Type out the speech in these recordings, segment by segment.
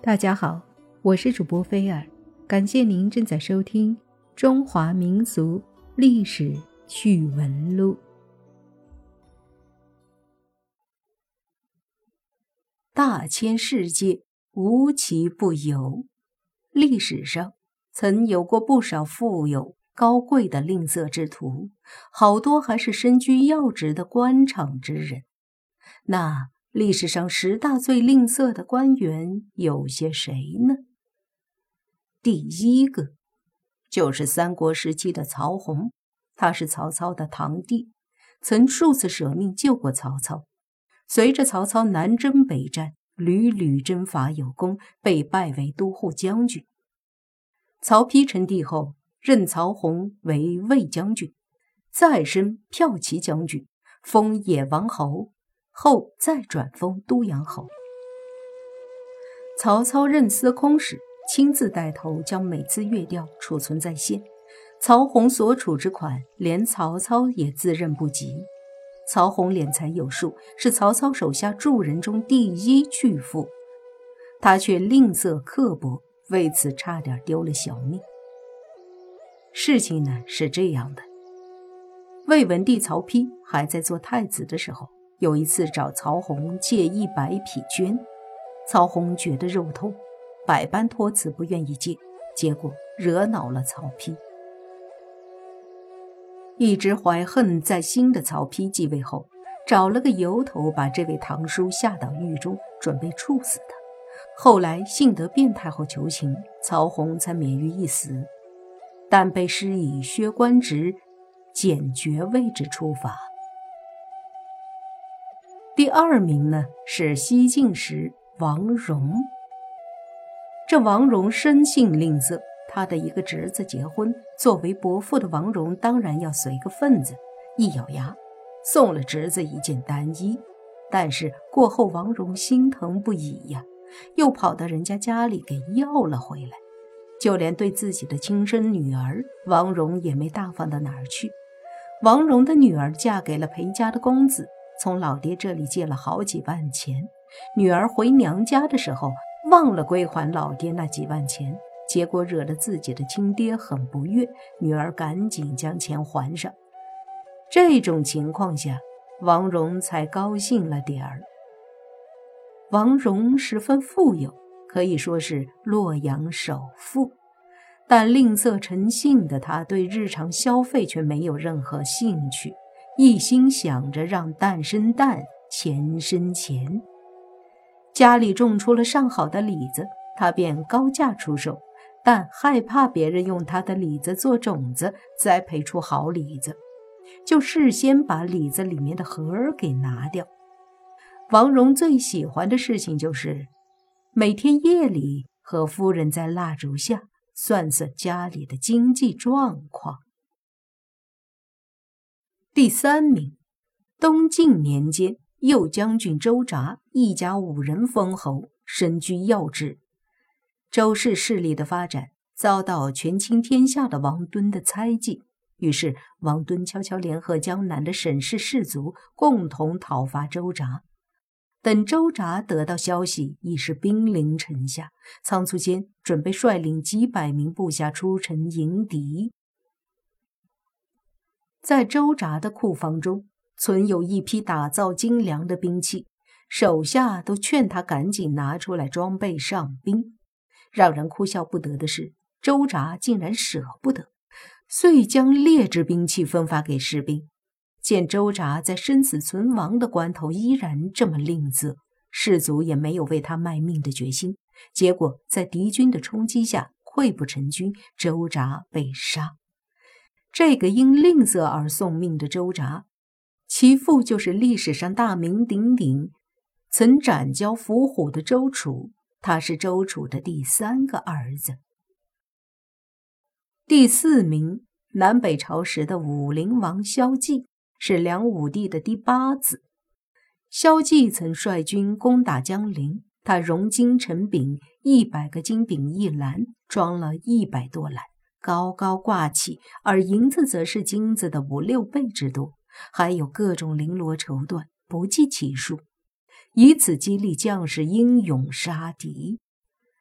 大家好，我是主播菲尔，感谢您正在收听《中华民俗历史趣闻录》。大千世界无奇不有，历史上曾有过不少富有高贵的吝啬之徒，好多还是身居要职的官场之人。那历史上10大最吝啬的官员有些谁呢？第一个就是三国时期的曹洪，他是曹操的堂弟，曾数次舍命救过曹操。随着曹操南征北战，屡屡征伐有功，被拜为都护将军。曹丕称帝后，任曹洪为卫将军，再升骠骑将军，封野王侯，后再转封都阳侯。曹操任司空时，亲自带头将每次乐调储存在线。曹洪所储之款，连曹操也自认不及。曹洪敛财有术，是曹操手下诸人中第一巨富，他却吝啬刻薄，为此差点丢了小命。事情呢是这样的，魏文帝曹丕还在做太子的时候，有一次找曹洪借100匹绢，曹洪觉得肉痛，百般托辞不愿意借，结果惹恼了曹丕。一直怀恨在心的曹丕继位后，找了个由头把这位堂叔下到狱中，准备处死他。后来幸得卞太后求情，曹洪才免于一死，但被施以削官职、减爵位之处罚。第二名呢是西晋时王戎。这王戎生性吝啬，他的一个侄子结婚，作为伯父的王戎当然要随个份子，一咬牙送了侄子一件单衣。但是过后王戎心疼不已呀，又跑到人家家里给要了回来。就连对自己的亲生女儿，王戎也没大方到哪儿去。王戎的女儿嫁给了裴家的公子，从老爹这里借了好几万钱。女儿回娘家的时候，忘了归还老爹那几万钱，结果惹了自己的亲爹很不悦，女儿赶紧将钱还上。这种情况下，王戎才高兴了点儿。王戎十分富有，可以说是洛阳首富，但吝啬成性的他对日常消费却没有任何兴趣，一心想着让蛋生蛋，钱生钱。家里种出了上好的李子，他便高价出售，但害怕别人用他的李子做种子栽培出好李子，就事先把李子里面的核儿给拿掉。王戎最喜欢的事情就是每天夜里和夫人在蜡烛下算算家里的经济状况。第三名，东晋年间右将军周札一家5人封侯，身居要职。周氏势力的发展遭到权倾天下的王敦的猜忌，于是王敦悄悄联合江南的沈氏氏族，共同讨伐周札。等周札得到消息，已是兵临城下，仓促间准备率领几百名部下出城迎敌。在周札的库房中存有一批打造精良的兵器，手下都劝他赶紧拿出来装备上兵。让人哭笑不得的是，周札竟然舍不得，遂将劣质兵器分发给士兵。见周札在生死存亡的关头依然这么吝啬，士卒也没有为他卖命的决心，结果在敌军的冲击下溃不成军，周札被杀。这个因吝啬而送命的周札，其父就是历史上大名鼎鼎、曾斩蛟伏虎的周楚，他是周楚的第3个儿子。第4名，南北朝时的武陵王萧纪，是梁武帝的第8子。萧纪曾率军攻打江陵，他熔金成饼，100个金饼一篮，装了100多篮，高高挂起，而银子则是金子的5、6倍之多，还有各种绫罗绸缎，不计其数，以此激励将士英勇杀敌。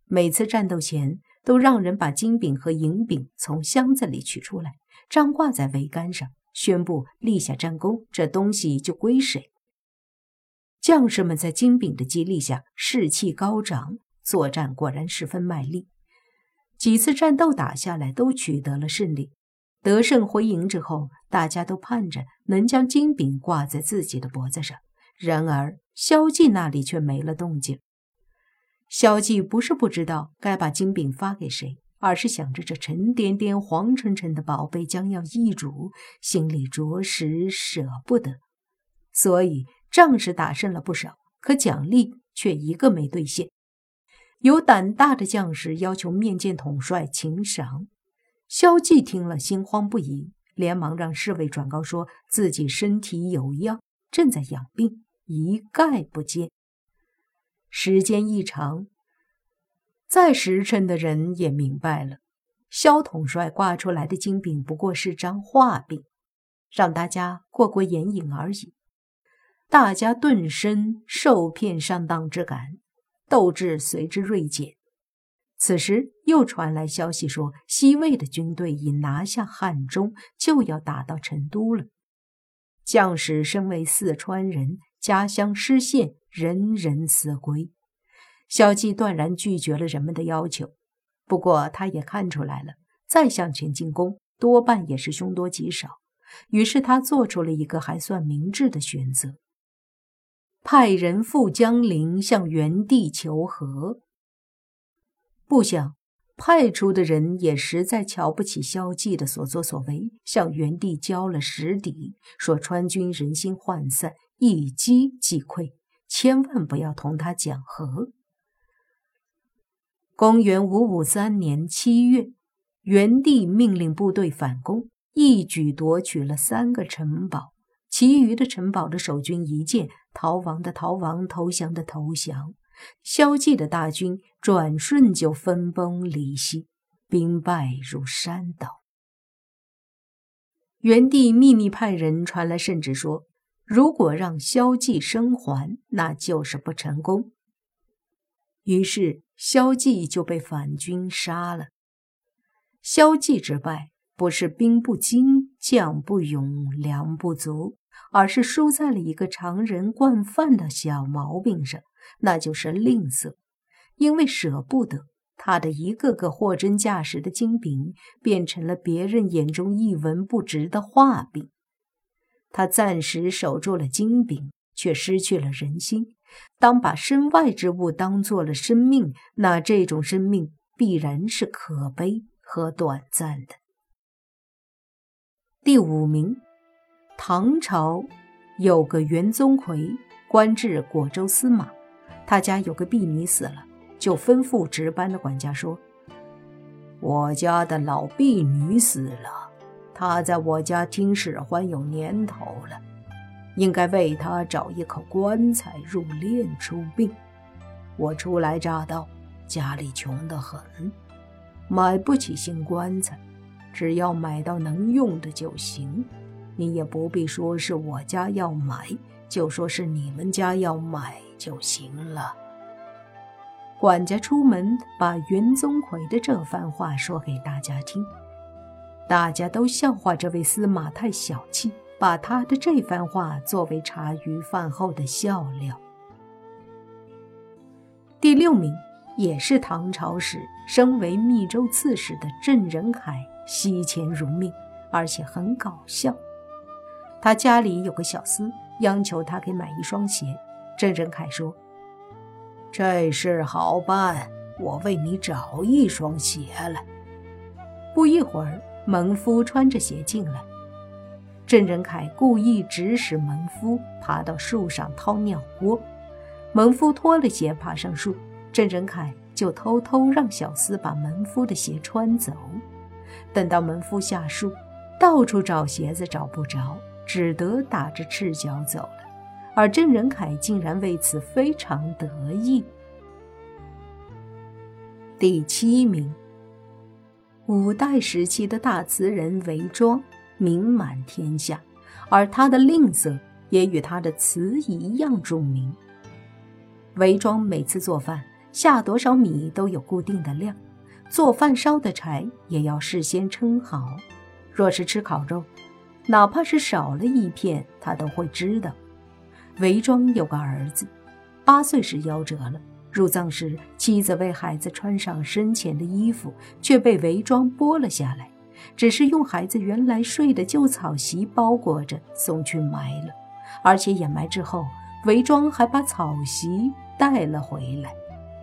每次战斗前都让人把金饼和银饼从箱子里取出来，张挂在桅杆上，宣布立下战功，这东西就归谁。将士们在金饼的激励下士气高涨，作战果然十分卖力。几次战斗打下来都取得了胜利，得胜回营之后，大家都盼着能将金饼挂在自己的脖子上。然而萧纪那里却没了动静。萧纪不是不知道该把金饼发给谁，而是想着这沉甸甸黄沉沉的宝贝将要易主，心里着实舍不得。所以仗是打胜了不少，可奖励却一个没兑现。有胆大的将士要求面见统帅请赏，萧纪听了心慌不已，连忙让侍卫转告说自己身体有恙，正在养病，一概不见。时间一长，再实诚的人也明白了，萧统帅挂出来的金饼不过是张画饼，让大家过过眼瘾而已。大家顿生受骗上当之感，斗志随之锐减。此时又传来消息说，西魏的军队已拿下汉中，就要打到成都了。将士身为四川人，家乡失陷，人人思归。萧纪断然拒绝了人们的要求，不过他也看出来了，再向前进攻多半也是凶多吉少，于是他做出了一个还算明智的选择，派人赴江陵向元帝求和。不想派出的人也实在瞧不起萧纪的所作所为，向元帝交了实底，说川军人心涣散，一击即溃，千万不要同他讲和。公元553年7月，元帝命令部队反攻，一举夺取了3个城堡，其余的城堡的守军一见，逃亡的逃亡，投降的投降。萧纪的大军转瞬就分崩离析，兵败如山倒。元帝秘密派人传来圣旨说，如果让萧纪生还，那就是不成功。于是萧纪就被反军杀了。萧纪之败，不是兵不精、将不勇、粮不足，而是输在了一个常人惯犯的小毛病上，那就是吝啬。因为舍不得，他的一个个货真价实的金饼变成了别人眼中一文不值的画饼。他暂时守住了金饼，却失去了人心。当把身外之物当作了生命，那这种生命必然是可悲和短暂的。第5名，唐朝有个元宗魁，官至果州司马，他家有个婢女死了，就吩咐值班的管家说，我家的老婢女死了，她在我家听使唤有年头了，应该为她找一口棺材入殓出殡。我初来乍到，家里穷得很，买不起新棺材，只要买到能用的就行。你也不必说是我家要买，就说是你们家要买就行了。管家出门把元宗魁的这番话说给大家听，大家都笑话这位司马太小气，把他的这番话作为茶余饭后的笑料。第6名，也是唐朝时身为密州刺史的郑仁凯惜钱如命，而且很搞笑。他家里有个小厮央求他给买一双鞋，郑仁凯说，这事好办，我为你找一双鞋来。不一会儿，门夫穿着鞋进来，郑仁凯故意指使门夫爬到树上掏尿锅，门夫脱了鞋爬上树，郑仁凯就偷偷让小厮把门夫的鞋穿走。等到门夫下树，到处找鞋子找不着，只得打着赤脚走了，而郑仁凯竟然为此非常得意。第7名，五代时期的大词人韦庄名满天下，而他的吝啬也与他的词一样著名。韦庄每次做饭， 下多少米都有固定的量，做饭烧的柴也要事先称好。若是吃烤肉，哪怕是少了一片，他都会知道。韦庄有个儿子，8岁时夭折了。入葬时，妻子为孩子穿上生前的衣服，却被韦庄剥了下来，只是用孩子原来睡的旧草席包裹着送去埋了。而且掩埋之后，韦庄还把草席带了回来。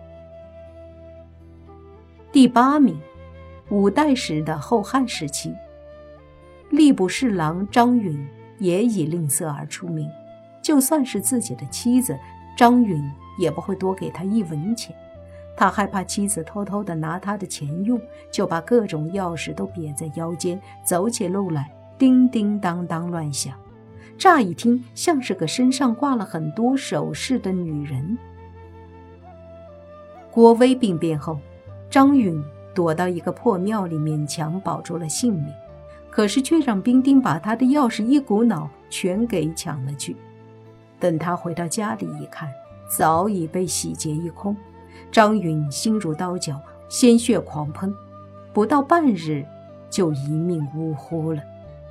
第8名，五代时的后汉时期，吏部侍郎张允也以吝啬而出名，就算是自己的妻子，张允也不会多给他1文钱。他害怕妻子偷偷地拿他的钱用，就把各种钥匙都别在腰间，走起路来叮叮当当乱响，乍一听像是个身上挂了很多首饰的女人。郭威病变后，张允躲到一个破庙里，勉强保住了性命，可是却让兵丁把他的钥匙一股脑全给抢了去。等他回到家里一看，早已被洗劫一空。张允心如刀绞，鲜血狂喷，不到半日就一命呜呼了。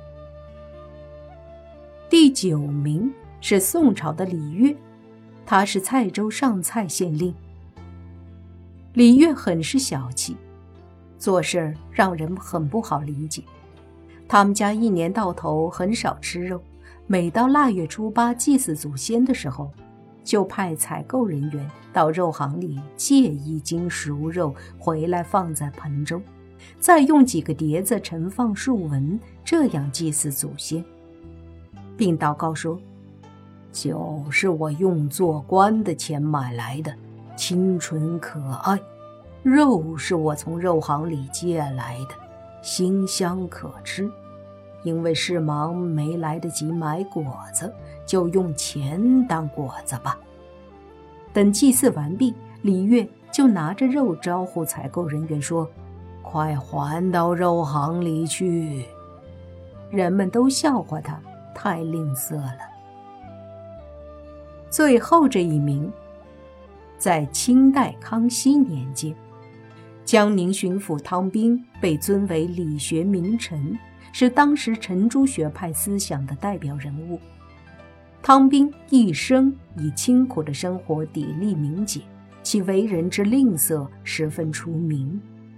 第9名是宋朝的李岳，他是蔡州上蔡县令。李岳很是小气，做事让人很不好理解。他们家一年到头很少吃肉，每到腊月初8祭祀祖先的时候，就派采购人员到肉行里借1斤熟肉回来放在盆中，再用几个碟子盛放数文，这样祭祀祖先，并祷告说：酒是我用做官的钱买来的，清纯可爱；肉是我从肉行里借来的，馨香可吃。因为事忙没来得及买果子，就用钱当果子吧。等祭祀完毕，李岳就拿着肉招呼采购人员说：快还到肉行里去。人们都笑话他太吝啬了。最后这一名，在清代康熙年间，江宁巡抚汤彬被尊为理学名臣，是当时程朱学派思想的代表人物。汤彬一生以清苦的生活砥砺明节，其为人之吝啬十分出名。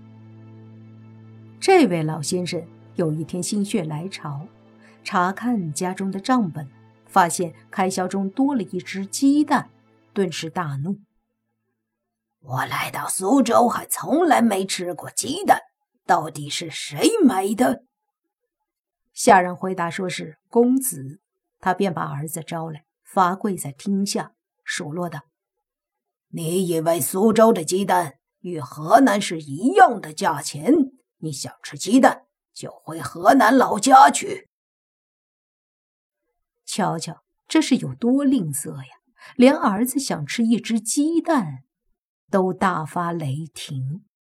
这位老先生有一天心血来潮，查看家中的账本，发现开销中多了1只鸡蛋，顿时大怒：我来到苏州还从来没吃过鸡蛋，到底是谁买的？下人回答说是公子，他便把儿子招来，罚跪在厅下，数落道：你以为苏州的鸡蛋与河南是一样的价钱？你想吃鸡蛋，就回河南老家去。瞧瞧，这是有多吝啬呀！连儿子想吃1只鸡蛋都大发雷霆。